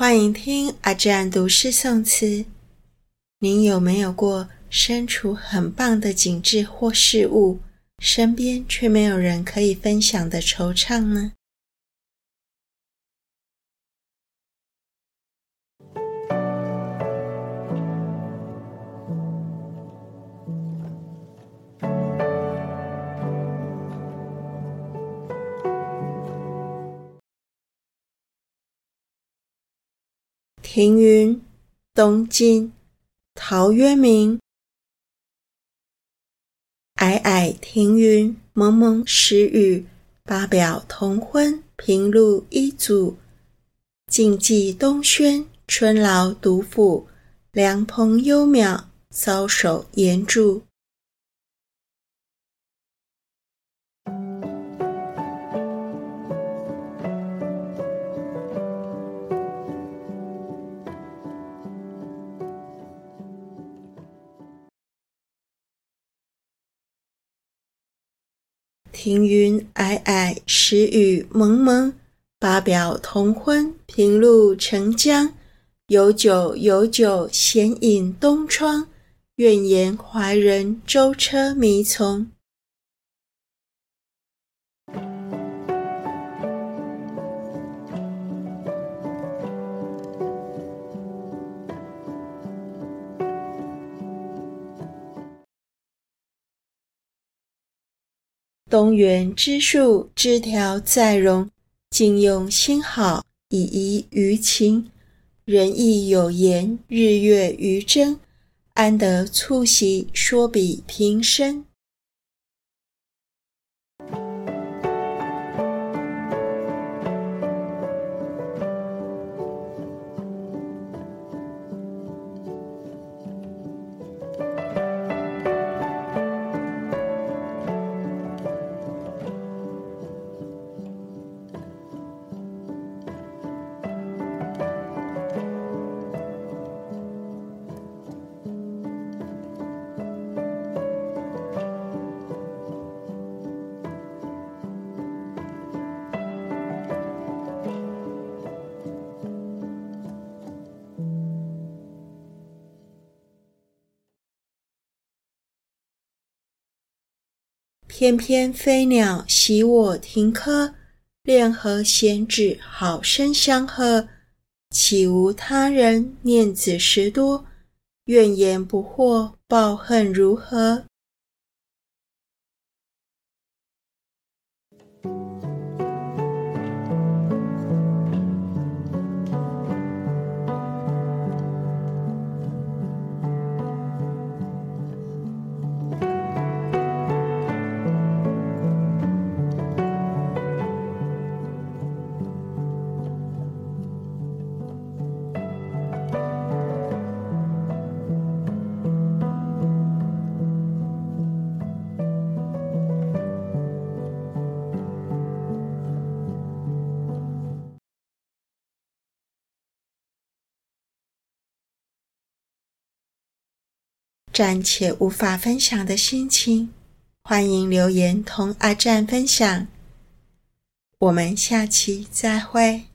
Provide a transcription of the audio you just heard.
欢迎听阿占读诗宋词。您有没有过身处很棒的景致或事物，身边却没有人可以分享的惆怅呢？停云，东晋，陶渊明。霭霭停云，蒙蒙时雨，八表同昏，平路一阻。静寂东轩，春劳独赋，凉棚幽渺，搔首言著。停云霭霭，时雨蒙蒙，八表同昏，平路成江。有酒有酒，闲饮东窗，愿言怀人，舟车迷从。东园之树，枝条在荣，竟用新好，以遗余情。人亦有言，日月余争，安得促膝，说比平生。翩翩飞鸟喜我停柯，恋河闲止好生相和。岂无他人念子时多，怨言不惑报恨如何？暂且无法分享的心情，欢迎留言同阿占分享。我们下期再会。